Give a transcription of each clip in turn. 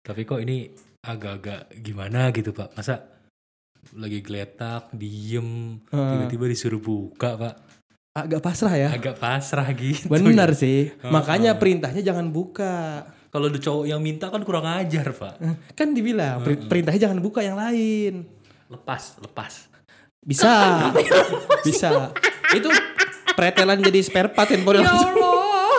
Tapi kok ini agak-agak gimana gitu Pak? Masa lagi geletak, diem, tiba-tiba disuruh buka Pak? Agak pasrah ya. Agak pasrah gitu. Bener ya? sih. Makanya perintahnya jangan buka. Kalau ada cowok yang minta kan kurang ajar Pak. Kan dibilang perintahnya jangan buka yang lain. Lepas. Bisa. Bisa. Itu pretelan jadi spare part handphone. Ya Allah.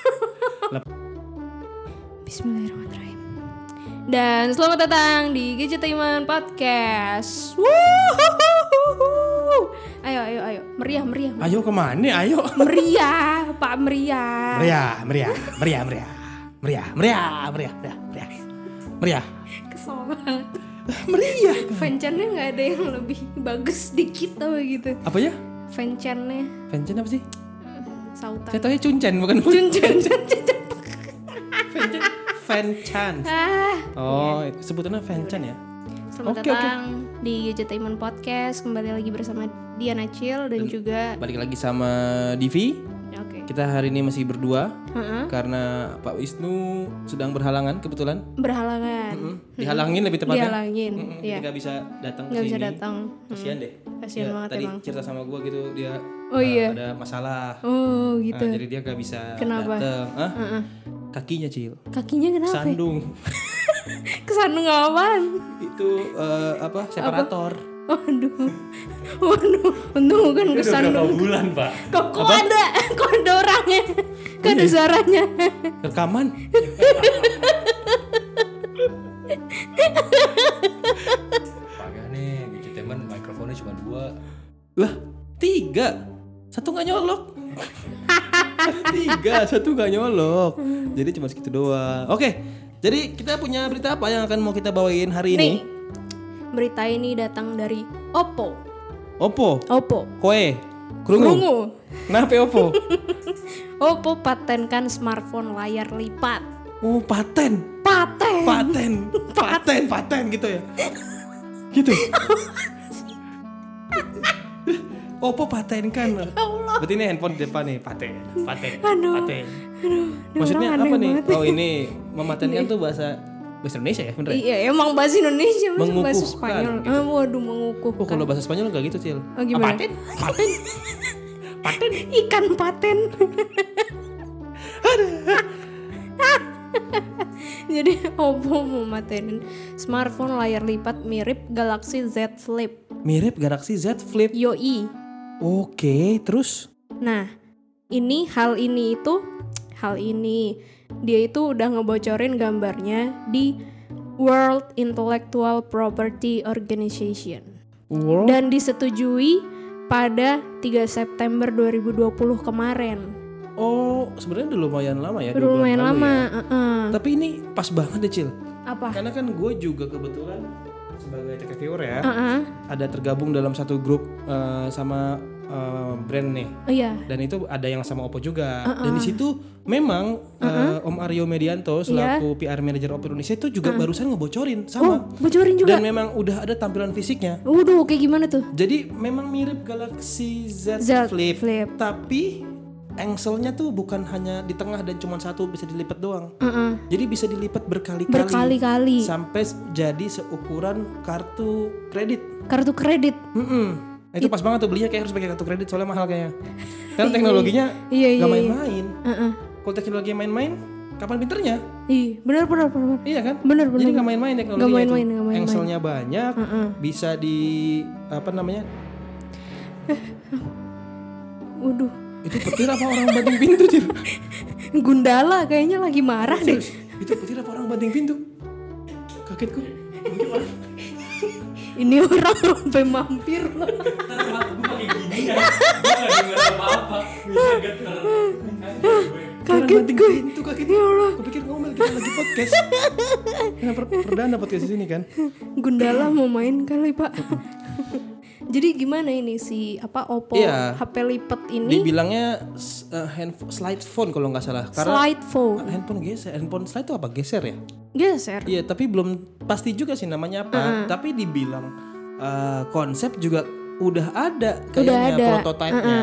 Bismillahirrahmanirrahim. Dan selamat datang di Gadgetainment Podcast. Ayo. Meriah. Ayo kemana? Ayo. Meriah, Pak meriah. Meriah. Kesel banget. Meriah. Fanchannya nggak ada yang lebih bagus dikit atau gitu. Apa ya? Fanchannya Fanchan apa sih? sautan. Saya tahu Cuncen bukan Cuncun. Fanchan. Oh, sebutannya Fanchan ya. Selamat datang di Gadgetainment Podcast. Kembali lagi bersama Diana Cil dan juga Balik lagi sama Divi. Oke. Kita hari ini masih berdua karena Pak Wisnu sedang berhalangan kebetulan. Berhalangan. Dihalangin lebih tepatnya. Dihalangin. Jadi Iya. nggak bisa datang Nggak ke bisa sini. datang. Kasian deh. Kasian banget tadi emang. cerita sama gue gitu dia ada masalah. Oh gitu. Nah, jadi dia nggak bisa Kenapa? datang. Kakinya Cil. Kakinya kenapa? Sandung. Kesandung apaan? Itu separator. Waduh. Untung bukan kesandung. Berapa bulan Pak? Kok ada orangnya? Kok ada suaranya? Rekaman. Kagak nih, Gadgetainment mikrofonnya cuma 2. Lah 3. 1 nggak nyolok. 3, 1 nggak nyolok. Jadi cuma segitu doang. Oke. Jadi kita punya berita apa yang akan mau kita bawain hari ini? Nih. Berita ini datang dari Oppo. Oppo. Koe. Krungu. Krungu. Kenapa Oppo? Oppo patenkan smartphone layar lipat. Oh, paten gitu ya. Gitu. Oppo patenkan. Allah. Berarti ini handphone di depan nih, paten. Aduh. Maksudnya orang apa aneh nih? banget. Oh, ini mematenkan tuh bahasa Indonesia ya, bener ya? Iya, emang bahasa Indonesia, bahasa Mengukuhkan, Spanyol. gitu. Waduh, mengukuhkan. Oh, kalau bahasa Spanyol enggak gitu, Cil. Oh, gimana? Paten. Ikan paten. Jadi Oppo mematenin smartphone layar lipat mirip Galaxy Z Flip. Mirip Galaxy Z Flip. Yoi. Oke, terus? Nah, hal ini dia itu udah ngebocorin gambarnya di World Intellectual Property Organization. Wow. Dan disetujui pada 3 September 2020 kemarin. Oh, sebenarnya udah lumayan lama ya. 2 Udah bulan lumayan lalu lama. ya. Tapi ini pas banget deh, Cil. Apa? Karena kan gue juga kebetulan sebagai tech reviewer ya, ada tergabung dalam satu grup sama brand nih. Oh iya. Dan itu ada yang sama Oppo juga. Dan di situ memang Om Aryo Medianto selaku PR Manager Oppo Indonesia itu juga barusan ngebocorin sama. Bocorin juga. Dan memang udah ada tampilan fisiknya. Waduh, kayak gimana tuh? Jadi memang mirip Galaxy Z Flip. Tapi angle-nya tuh bukan hanya di tengah dan cuma satu bisa dilipat doang. Jadi bisa dilipat berkali-kali. Sampai jadi seukuran kartu kredit. Kartu kredit. Itu pas banget tuh, belinya kayak harus pakai kartu kredit soalnya mahal kayaknya. Kan teknologinya gak main-main. Kalau teknologi main-main, kapan pinternya? Iya, benar. Iya kan? Benar. Jadi gak main-main teknologinya. Gak main-main. Angle-nya banyak, bisa di Waduh. Itu petir apa orang banting pintu, Cil? Gundala kayaknya lagi marah deh. Itu petir apa orang banting pintu? Kaget gue. Ini orang sampai mampir loh. Kaget gue. Pintu kaget. Ya Allah. Gue pikir ngomel kita lagi podcast. Karena perdana podcast di sini kan. Gundala mau main kali, Pak. Jadi gimana ini si Oppo HP lipat ini? Dibilangnya slide phone kalau nggak salah. Karena slide phone. Handphone geser. Handphone slide itu apa? Geser ya? Geser. Iya, tapi belum pasti juga sih namanya apa. Tapi dibilang konsep juga udah ada kayaknya prototipenya.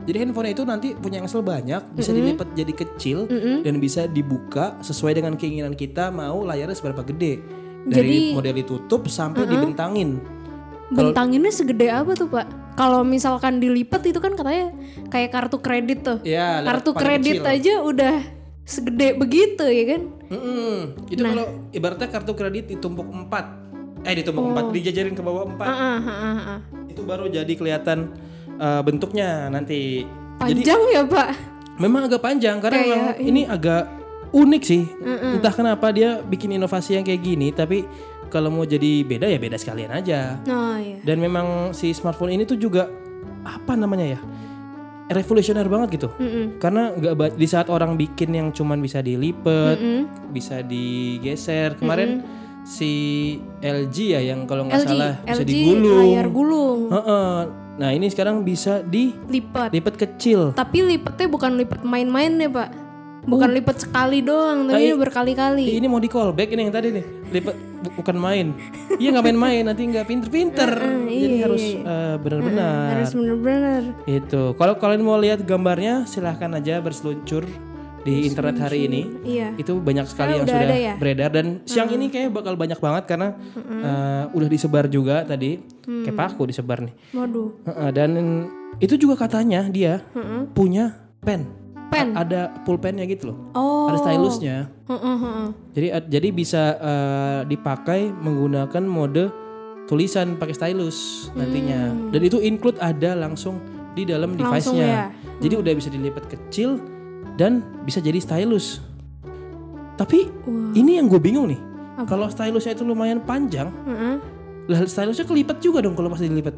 Jadi handphone itu nanti punya engsel banyak, bisa dilipat jadi kecil dan bisa dibuka sesuai dengan keinginan kita mau layarnya seberapa gede. Dari model ditutup sampai dibentangin. Bentanginnya segede apa tuh Pak? Kalau misalkan dilipat itu kan katanya kayak kartu kredit tuh. Ya, kartu kredit kecil aja udah segede begitu ya kan? Itu kalau ibaratnya kartu kredit ditumpuk 4, dijajarin ke bawah 4. Itu baru jadi kelihatan bentuknya nanti. Panjang jadi, ya Pak? Memang agak panjang karena memang ini agak unik sih. Entah kenapa dia bikin inovasi yang kayak gini, tapi kalau mau jadi beda ya beda sekalian aja. Iya. Dan memang si smartphone ini tuh juga apa namanya ya, revolusioner banget gitu. Karena di saat orang bikin yang cuman bisa dilipat, bisa digeser. Kemarin si LG ya yang kalau nggak salah bisa digulung. Layar gulung. Nah ini sekarang bisa dilipat kecil. Tapi lipatnya bukan lipat main-main ya Pak. Bukan lipat sekali doang, tapi berkali-kali. Ini mau di callback ini yang tadi nih. Lipat bukan main. Iya nggak main-main, nanti nggak pinter-pinter. Jadi harus benar-benar. Harus benar-benar. Itu. Kalau kalian mau lihat gambarnya, silahkan aja berseluncur di internet hari ini. Iya. Itu banyak sekali yang sudah beredar dan siang ini kayaknya bakal banyak banget karena udah disebar juga tadi. Kayak paku disebar nih. Waduh. Dan itu juga katanya dia punya pen. Ada pulpennya gitu loh. Ada stylusnya. Jadi bisa dipakai menggunakan mode tulisan pakai stylus nantinya. Dan itu include ada langsung di dalam device-nya. Ya? Jadi udah bisa dilipat kecil dan bisa jadi stylus. Tapi ini yang gue bingung nih. Kalau stylusnya itu lumayan panjang, lah stylusnya kelipat juga dong kalau pas dilipat.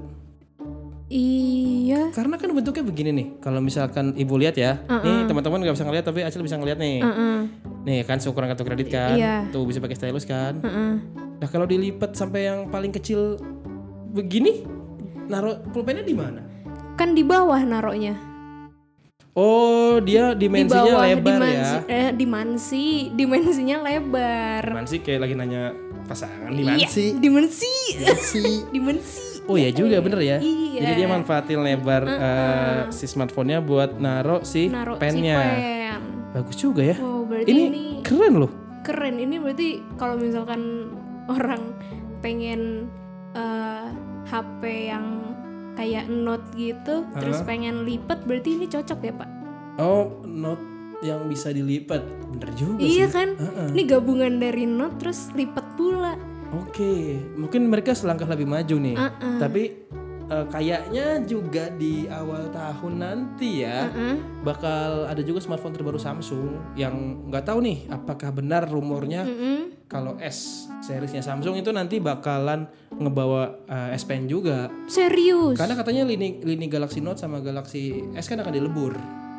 Iya. Karena kan bentuknya begini nih. Kalau misalkan ibu lihat ya, nih teman-teman nggak bisa ngeliat tapi Acil bisa ngeliat nih. Nih kan seukuran kartu kredit kan, tuh bisa pakai stylus kan. Nah kalau dilipat sampai yang paling kecil begini, naruh pulpennya di mana? Kan di bawah naruhnya. Oh dia dimensinya lebar ya? Dimensinya lebar. Dimensi kayak lagi nanya pasangan dimensi. Dimensi. Oh ya juga bener ya. Iya. Jadi dia manfaatin lebar si smartphone-nya buat naruh pennya. Bagus juga ya. Oh, berarti ini keren loh. Keren. Ini berarti kalau misalkan orang pengen HP yang kayak Note gitu, terus pengen lipat, berarti ini cocok ya Pak? Oh, Note yang bisa dilipat, bener juga sih. Iya kan? Ini gabungan dari Note terus lipat pula. Oke, mungkin mereka selangkah lebih maju nih. Tapi kayaknya juga di awal tahun nanti ya bakal ada juga smartphone terbaru Samsung yang nggak tahu nih apakah benar rumornya kalau S seriesnya Samsung itu nanti bakalan ngebawa S Pen juga. Serius? Karena katanya lini Galaxy Note sama Galaxy S kan akan dilebur.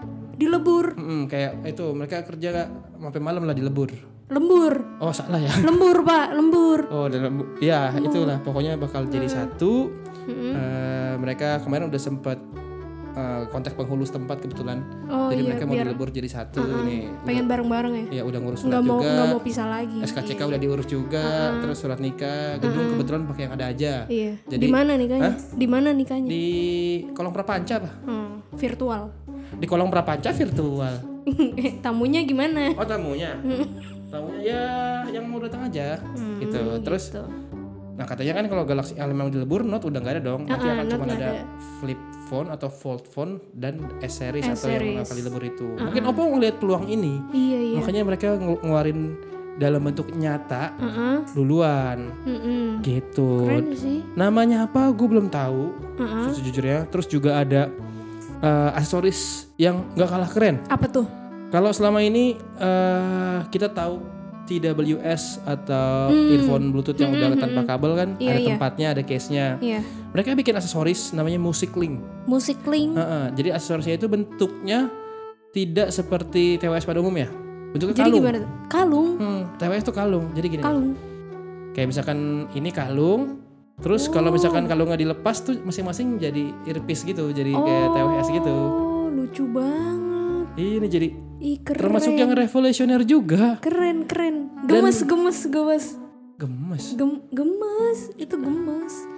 Kayak itu mereka kerja sampai malam lah dilebur. Lembur. Oh salah ya. Lembur Pak, lembur. Oh ya itulah pokoknya bakal jadi satu. Mereka kemarin udah sempat kontak penghulu setempat kebetulan. Jadi mereka mau dilebur jadi satu nih. Pengen bareng-bareng ya? Iya udah ngurus surat juga. Nggak mau pisah lagi. SKCK udah diurus juga. Terus surat nikah, gedung kebetulan pakai yang ada aja. Iya. Jadi, di mana nikahnya? Di Kolong Prapanca Pak. Virtual. Di Kolong Prapanca virtual. Tamunya gimana? Oh tamunya. Tamunya ya yang mau datang aja gitu. Terus nah katanya kan kalau Galaxy yang memang dilebur Note udah nggak ada dong. Nanti akan cuma ada flip phone atau fold phone dan S series atau yang akan dilebur itu. Mungkin Oppo ngelihat peluang ini. Iya. Makanya mereka ngeluarin dalam bentuk nyata duluan. Gitu. Keren sih. Namanya apa gue belum tahu. Sejujurnya. Terus juga ada aksesoris yang nggak kalah keren. Apa tuh? Kalau selama ini kita tahu TWS atau earphone Bluetooth yang udah tanpa kabel kan, ada tempatnya, ada case-nya. Mereka bikin aksesoris namanya Music Link. Music Link. Jadi aksesorisnya itu bentuknya tidak seperti TWS pada umumnya. Bentuknya jadi kalung. Gimana? Kalung. TWS itu kalung. Jadi gini. Kalung. Kayak misalkan ini kalung. Terus kalau misalkan kalungnya dilepas tuh masing-masing jadi earpiece gitu, jadi kayak TWS gitu. Oh, lucu banget. Ini jadi keren. Termasuk yang revolusioner juga. Keren. Gemes. Gemes. Gemes. Itu gemes.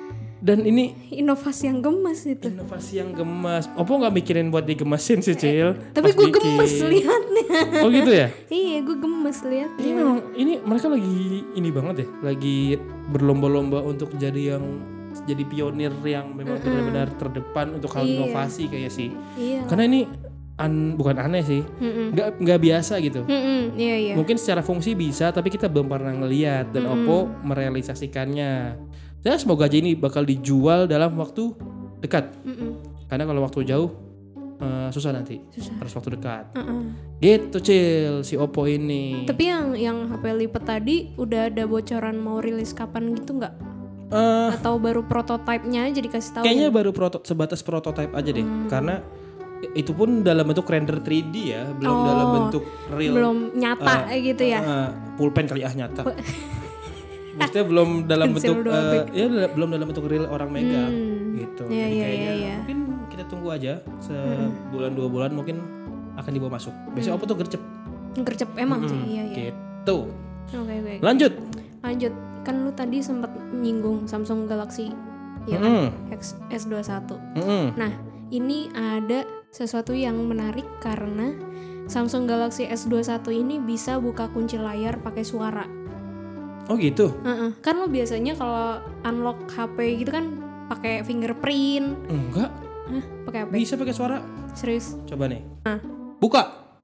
Dan ini inovasi yang gemes itu. Inovasi yang gemes. Oppo nggak mikirin buat digemesin sih, Cil. Tapi gue gemes liatnya. Oh gitu ya? Iya, gue gemes liatnya. Ini memang mereka lagi ini banget ya, lagi berlomba-lomba untuk jadi pionir yang memang benar-benar terdepan untuk hal inovasi kayak sih. Iya. Karena ini bukan aneh sih, nggak biasa gitu. Iya. Mungkin secara fungsi bisa, tapi kita belum pernah ngelihat dan Oppo merealisasikannya. Ya semoga aja ini bakal dijual dalam waktu dekat. Karena kalau waktu jauh susah nanti. Harus waktu dekat. Gitu Cil si Oppo ini. Tapi yang HP lipat tadi udah ada bocoran mau rilis kapan gitu nggak? Atau baru prototipenya aja dikasih tahu? Kayaknya baru sebatas prototype aja deh. Karena itu pun dalam bentuk render 3D ya, belum dalam bentuk real. Belum nyata gitu ya. Pulpen kali nyata. Maksudnya belum dalam bentuk belum dalam bentuk real orang megang gitu. Iya, Jadi iya, kayaknya iya. mungkin kita tunggu aja sebulan 2 bulan mungkin akan dibawa masuk. Biasanya Oppo tuh Gercep emang sih, iya. Gitu. Oke. Lanjut. Kan lu tadi sempat nyinggung Samsung Galaxy ya kan? S21. Nah, ini ada sesuatu yang menarik karena Samsung Galaxy S21 ini bisa buka kunci layar pakai suara. Oh gitu. Kan lo biasanya kalau unlock HP gitu kan pakai fingerprint. Enggak. Pakai apa? Bisa pakai suara. Serius? Coba nih. Buka.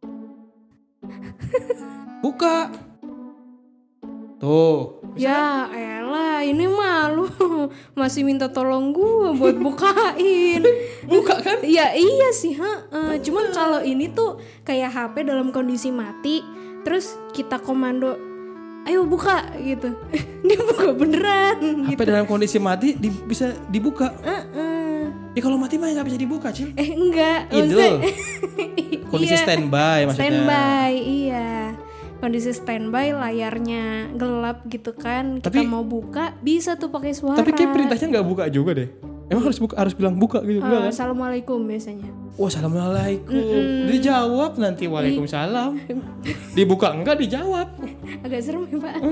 Buka. Tuh. Ya elah, ini mah lu masih minta tolong gua buat bukain. Buka kan? Ya iya sih, cuman kalau ini tuh kayak HP dalam kondisi mati, terus kita komando, ayo buka gitu. Dia buka beneran. HP gitu. dalam kondisi mati bisa dibuka. Ya kalau mati mah nggak bisa dibuka, Cil. Enggak. Idle. Kondisi Iya. standby maksudnya. Standby, iya. Kondisi standby, layarnya gelap gitu kan. Kita mau buka, bisa tuh pakai suara. Tapi kayak perintahnya nggak buka juga deh. Emang harus bilang buka gitu enggak kan? Assalamualaikum biasanya. Wah, assalamualaikum. Dijawab nanti waalaikumsalam. Dibuka enggak dijawab. Agak serem ya Pak.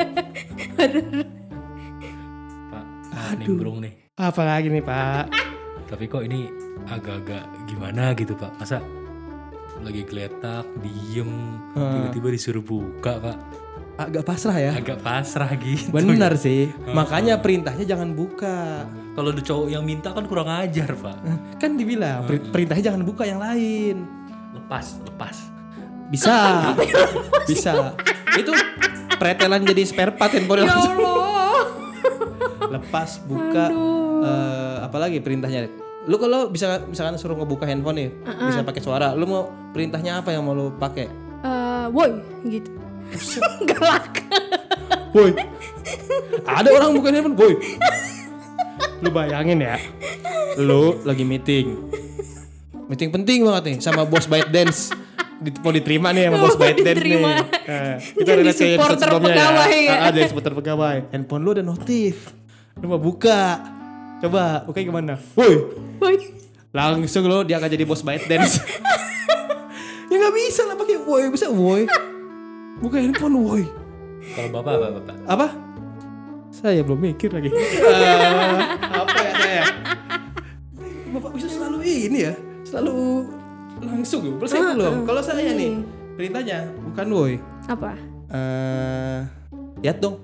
Pak, nimbrung nih. Apa lagi nih Pak? Tapi kok ini agak-agak gimana gitu Pak? Masa lagi geletak, diem, tiba-tiba disuruh buka Pak? Agak pasrah ya? Agak pasrah gitu. Benar sih. Makanya perintahnya jangan buka. Kalau ada cowok yang minta kan kurang ajar Pak. Kan dibilang perintahnya jangan buka yang lain. Lepas. Bisa. Bisa. Itu pretelan jadi spare part handphone. Ya Allah. Lepas, buka. Apalagi perintahnya? Lu kalau misalkan suruh ngebuka handphone nih, bisa pakai suara. Lu mau perintahnya apa yang mau lu pakai? Woi, gitu. Galak. Woi. Ada orang buka handphone, woi. Lu bayangin ya. Lu lagi meeting. Meeting penting banget nih sama bos ByteDance. Mau diterima nih sama bos ByteDance nih. Kita Jadi relate kayak episode supporter sebelumnya pegawai ya. Jadi supporter pegawai. Handphone lu ada notif. Lu mau buka. Coba, buka gimana? Woi. Langsung lo dia akan jadi bos ByteDance. Ya nggak bisa lah pakai woi, bisa woi. Buka handphone woi. Kalau bapak. Apa? Saya belum mikir lagi. Apa ya saya? Bapak bisa selalu ini ya, selalu langsung ya. Saya belum. Kalau saya nih perintahnya bukan woi. Apa? Lihat dong.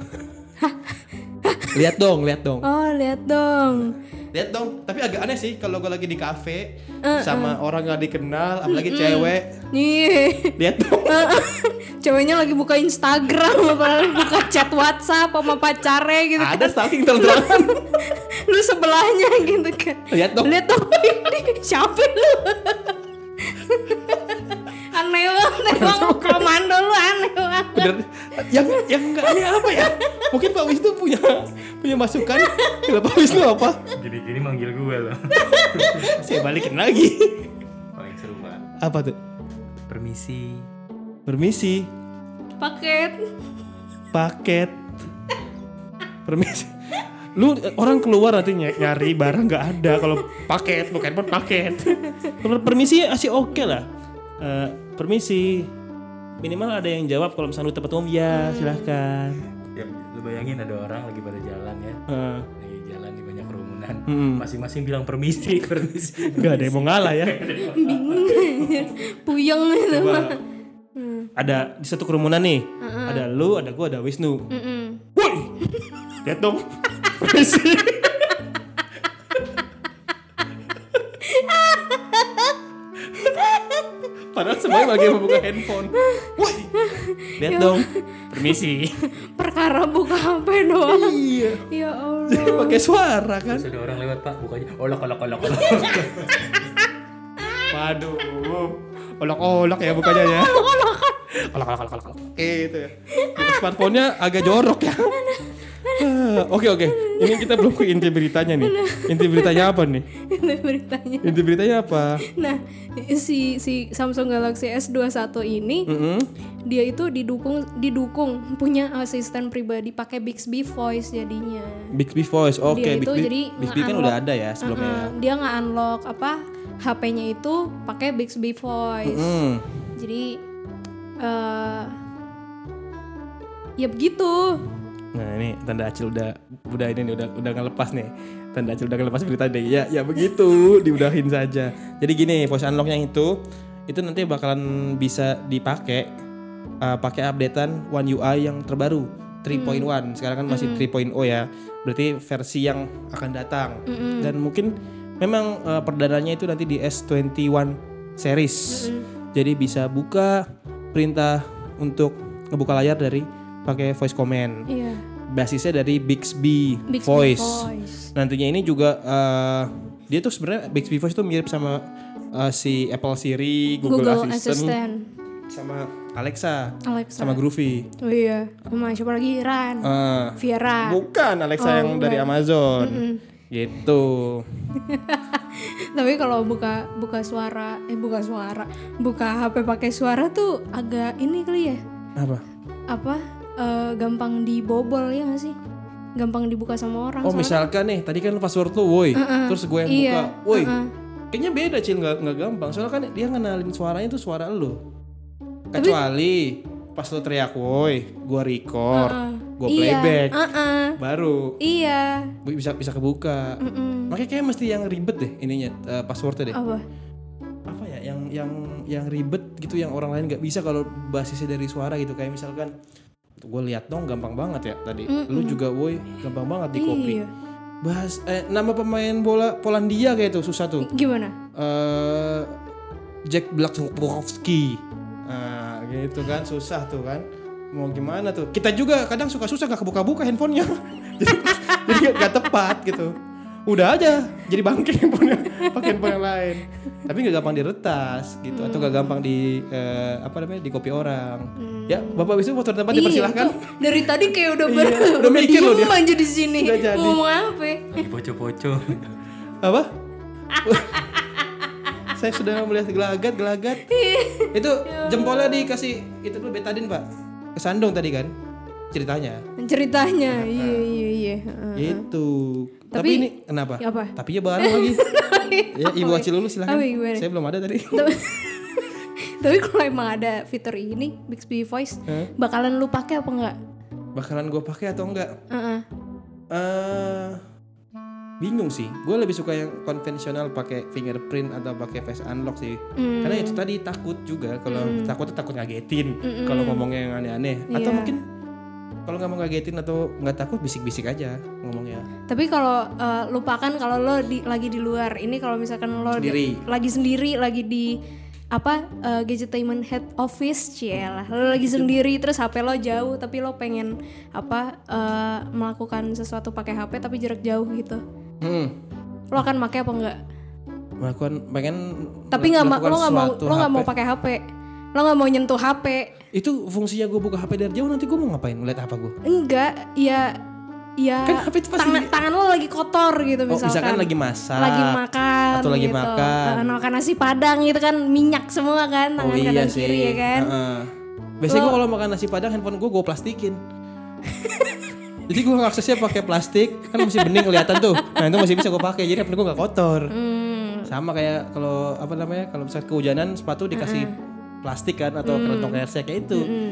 Lihat dong. Oh, lihat dong. Lihat dong, tapi agak aneh sih kalau gue lagi di kafe sama orang gak dikenal, apalagi cewek. Nih. Lihat dong. Ceweknya lagi buka Instagram, apalagi buka chat WhatsApp sama pacarnya gitu kan. Ada stalking terang-terangan. Lu sebelahnya gitu kan. Lihat dong. Siapa lu? Aneh banget emang komando lu aneh banget. Bener. Yang enggak aneh apa ya? Mungkin Pak Wisnu punya masukan. Kalau Pak Wisnu apa? Gini manggil gue loh. Saya balikin lagi. Paling seru Pak. Apa tuh? Permisi. Paket. Permisi. Lu orang keluar nanti nyari barang nggak ada. Kalau paket bukan paket. Kalau permisi masih oke lah. Permisi. Minimal ada yang jawab kalau misalnya lu tempat umum ya silahkan. Ya, lu bayangin ada orang lagi pada jalan ya. Lagi jalan di banyak kerumunan. Masing-masing bilang permisi. Gak ada yang mau ngalah ya. Bingung. Puyeng gitu. Ada di satu kerumunan nih. Ada lu, ada gua, ada Wisnu. Woi. Lihat dong. Permisi. Padahal semuanya lagi membuka handphone. Woi. Lihat dong. Permisi. Perkara buka HP doang. Iya. Ya Allah. Jadi pakai suara kan. Terus ada orang lewat, Pak, bukanya olok. Waduh. Olok-olok ya bukanya ya. Olok. Gitu ya. Buka smartphone-nya agak jorok ya. Oke. Ini kita belum ke inti beritanya nih. Inti beritanya apa nih? Inti beritanya apa? Nah, si Samsung Galaxy S21 ini dia itu didukung punya asisten pribadi pakai Bixby Voice jadinya. Bixby Voice. Oke, Dia itu jadi Bixby kan udah ada ya sebelumnya. Dia nge-unlock HP-nya itu pakai Bixby Voice. Jadi ya begitu. Nah ini Tanda Acil udah ngelepas nih. Tanda Acil udah ngelepas berita deh. Ya begitu, diudahin saja. Jadi gini, voice unlocknya itu nanti bakalan bisa dipakai pakai updatean One UI yang terbaru 3.1. Sekarang kan masih 3.0 ya. Berarti versi yang akan datang. Dan mungkin memang perdananya itu nanti di S21 series. Jadi bisa buka perintah untuk ngebuka layar dari pakai voice command. Iya. Basisnya dari Bixby Voice. Nantinya ini juga dia tuh sebenarnya Bixby Voice tuh mirip sama si Apple Siri, Google Assistant, sama Alexa, sama Groovy. Oh iya, sama siapa lagi? Viera. Bukan Alexa yang dari Amazon. Gitu. Tapi kalau buka HP pakai suara tuh agak ini kali ya. Apa? Gampang dibobol ya gak sih? Gampang dibuka sama orang. Misalkan nih, tadi kan password lu woi, terus gue yang buka, woi. Kayaknya beda Cil, nggak gampang. Soalnya kan dia ngenalin suaranya tuh suara lu. Kecuali pas lu teriak woi, gue record, gue playback, baru bisa kebuka. Makanya kayak mesti yang ribet deh ininya, passwordnya deh. Apa ya yang ribet gitu, yang orang lain nggak bisa kalau basisnya dari suara gitu. Kayak misalkan gue lihat dong, gampang banget ya tadi. Lu juga woi, gampang banget di copy. Iya. Nama pemain bola Polandia kayak tuh susah tuh. Gimana? Jack Blakowski. Gitu kan, susah tuh kan. Mau gimana tuh? Kita juga kadang suka susah gak kebuka-buka handphonenya. jadi gak tepat gitu. Udah aja jadi bangke handphonenya, pakai handphone yang lain. Tapi gak gampang diretas gitu, atau gak gampang di di copy orang. Ya, Bapak Wisnu motor tempat dipersilahkan. Dari tadi kayak udah udah mikir loh dia. Aja di sini. Ngomong apa? Lagi poco-poco. Apa? Saya sudah melihat gelagat. Itu jempolnya dikasih itu dulu betadin, Pak. Kesandung tadi kan ceritanya. Iya. Itu. Tapi ini kenapa? Apa? Tapinya baru lagi. Ya, Ibu Acil dulu silakan. Saya belum ada tadi. Tapi kalau emang ada fitur ini Bixby Voice, bakalan lu pakai apa enggak? Bakalan gue pakai atau enggak? Bingung sih. Gue lebih suka yang konvensional pakai fingerprint atau pakai face unlock sih. Karena itu tadi takut juga. Kalau takut ngagetin. Kalau ngomongnya yang aneh-aneh. Atau mungkin kalau nggak mau ngagetin atau nggak takut, bisik-bisik aja ngomongnya. Tapi kalau lupakan kalau lo lagi di luar. Ini kalau misalkan lo lagi sendiri, lagi di Gadgetainment Head Office, cialah. Lo lagi sendiri terus HP lo jauh tapi lo pengen melakukan sesuatu pakai HP tapi jarak jauh gitu. Lo akan pakai apa enggak? Tapi lo nggak mau pakai HP. Lo nggak mau nyentuh HP. Itu fungsinya gue buka HP dari jauh, nanti gue mau ngapain? Ngeliat apa gue? Enggak, ya kan HP itu tangan lo lagi kotor gitu misalkan lagi masak, lagi makan atau lagi gitu. makan Makan nasi padang gitu kan, minyak semua kan tangan kanan kiri ya kan. Biasanya gue kalau makan nasi padang handphone gue plastikin. Jadi gue aksesnya pakai plastik, kan masih bening kelihatan tuh. Nah itu masih bisa gue pakai, jadi handphone gue nggak kotor. Sama kayak kalau kalau misalnya kehujanan sepatu dikasih plastik kan, atau kantong kersek kayak itu.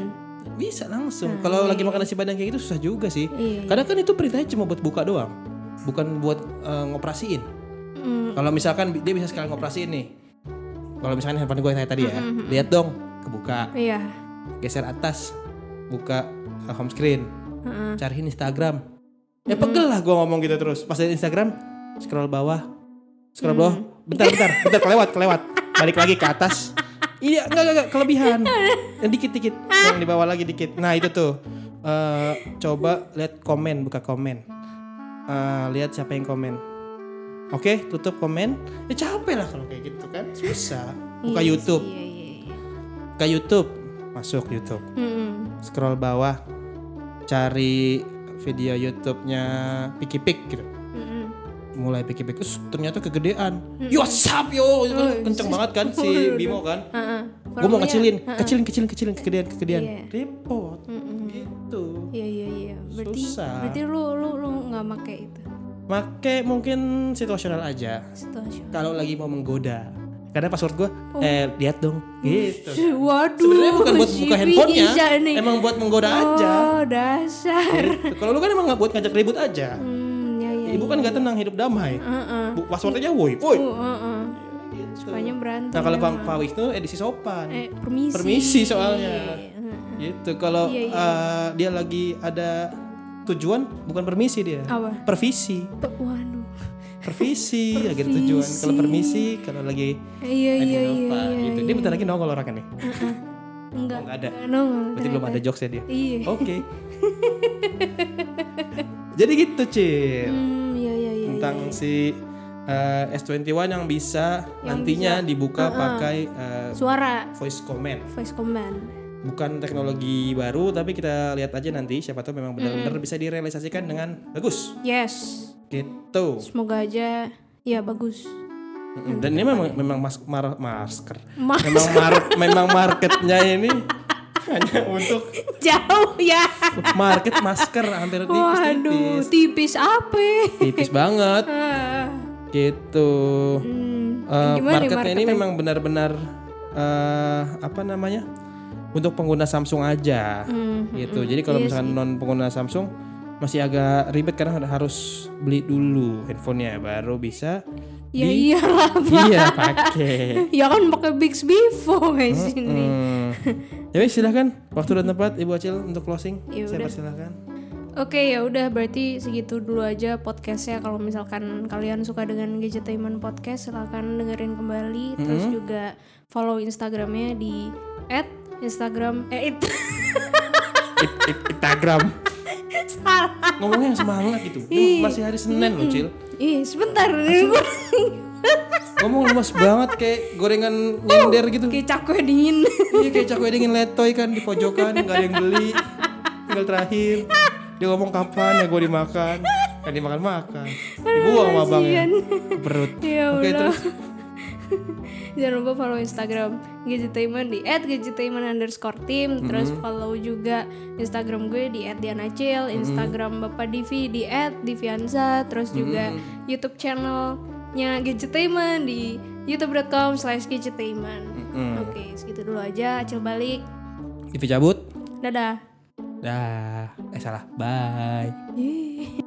Bisa langsung. Kalau lagi makan nasi Padang kayak gitu susah juga sih. Kadang kan itu perintahnya cuma buat buka doang, bukan buat ngoperasiin. Kalau misalkan dia bisa sekali ngoperasiin nih. Kalau misalkan handphone gue kayak tadi ya, lihat dong, kebuka. Iya. Geser atas, buka home screen. Cariin Instagram. Ya pegel lah gue ngomong gitu terus. Pas dari Instagram, scroll bawah. Bentar, kelewat. Balik lagi ke atas. Iya, enggak, kelebihan. Yang dikit-dikit, yang di bawah lagi dikit. Nah itu tuh, coba lihat komen, buka komen. Lihat siapa yang komen. Oke, tutup komen. Ya capek lah kalau kayak gitu kan, susah. Buka YouTube. Buka YouTube, masuk YouTube. Scroll bawah, cari video YouTube-nya Piki Pik gitu. Mulai Piki Pik, terus ternyata kegedean. Yo WhatsApp yo, itu kan kenceng banget kan si Bimo kan. Gue mau kecilin, kegedean. Repot. Gitu. Iya. Susah. Berarti lu nggak pakai itu. Make mungkin situasional aja. Kalau lagi mau menggoda. Karena password gue, lihat dong. Gitu. Waduh. Sebenarnya bukan buat buka handphonenya, emang buat menggoda aja. Oh dasar. Gitu. Kalau lu kan emang nggak buat ngajak ribut aja. Ibu kan nggak tenang hidup damai. Passwordnya woi. Sukanya berantem. Nah kalau Pak Wisnu edisi sopan. Permisi. Permisi soalnya. Gitu. Kalau dia lagi ada tujuan, bukan permisi dia. Apa? Pervisi. Waduh. Pervisi lagi ada tujuan. Kalau permisi, kalau lagi Iya. gitu. Dia bentar lagi nongol orangnya nih. Enggak. Enggak ada. Nongol. Berarti belum ada jokesnya dia. Iya. Oke. Jadi gitu Cil. Iya. Tentang si S21 yang bisa nantinya dibuka pakai suara voice command. Bukan teknologi baru, tapi kita lihat aja nanti siapa tahu memang benar-benar bisa direalisasikan dengan bagus. Yes. Gitu. Semoga aja ya bagus. Dan ini memang masker. Memang marketnya ini hanya untuk jauh ya. Market masker hampir tipis-tipis. Waduh, tipis apa? Tipis banget. Gitu. Marketnya ini memang benar-benar untuk pengguna Samsung aja. Gitu. Jadi kalau misalkan non pengguna Samsung masih agak ribet karena harus beli dulu handphonenya baru bisa. Ya iyalah Pak. Iya pakai. Ya kan pakai Bixby Vivo guys ini. Ya silahkan waktu dan tempat Ibu Acil untuk closing. Saya persilahkan. Oke, ya udah berarti segitu dulu aja podcastnya. Kalau misalkan kalian suka dengan Gadgetainment Podcast, silakan dengerin kembali. Terus juga follow Instagramnya di @Instagram Instagram. Salah. Ngomongnya yang semangat gitu. Ini masih hari Senin loh Cil. Sebentar. Ngomong lemas banget kayak gorengan nyender gitu. Kayak cakwe dingin. Iya kayak cakwe dingin letoy kan di pojokan, gak ada yang beli. Tinggal terakhir dia ngomong kapan ya gue dimakan. Kan dimakan. Dibuang sama abangnya perut. Oke terus jangan lupa follow Instagram Gadgetainment di @gadgetainment_team. Terus follow juga Instagram gue di @dianacil, Instagram Bapak Divi di @divianza. Terus juga YouTube channelnya Gadgetainment di youtube.com/gadgetainment. Oke, segitu dulu aja. Acil balik. Divi cabut. Dadah. Salah. Bye.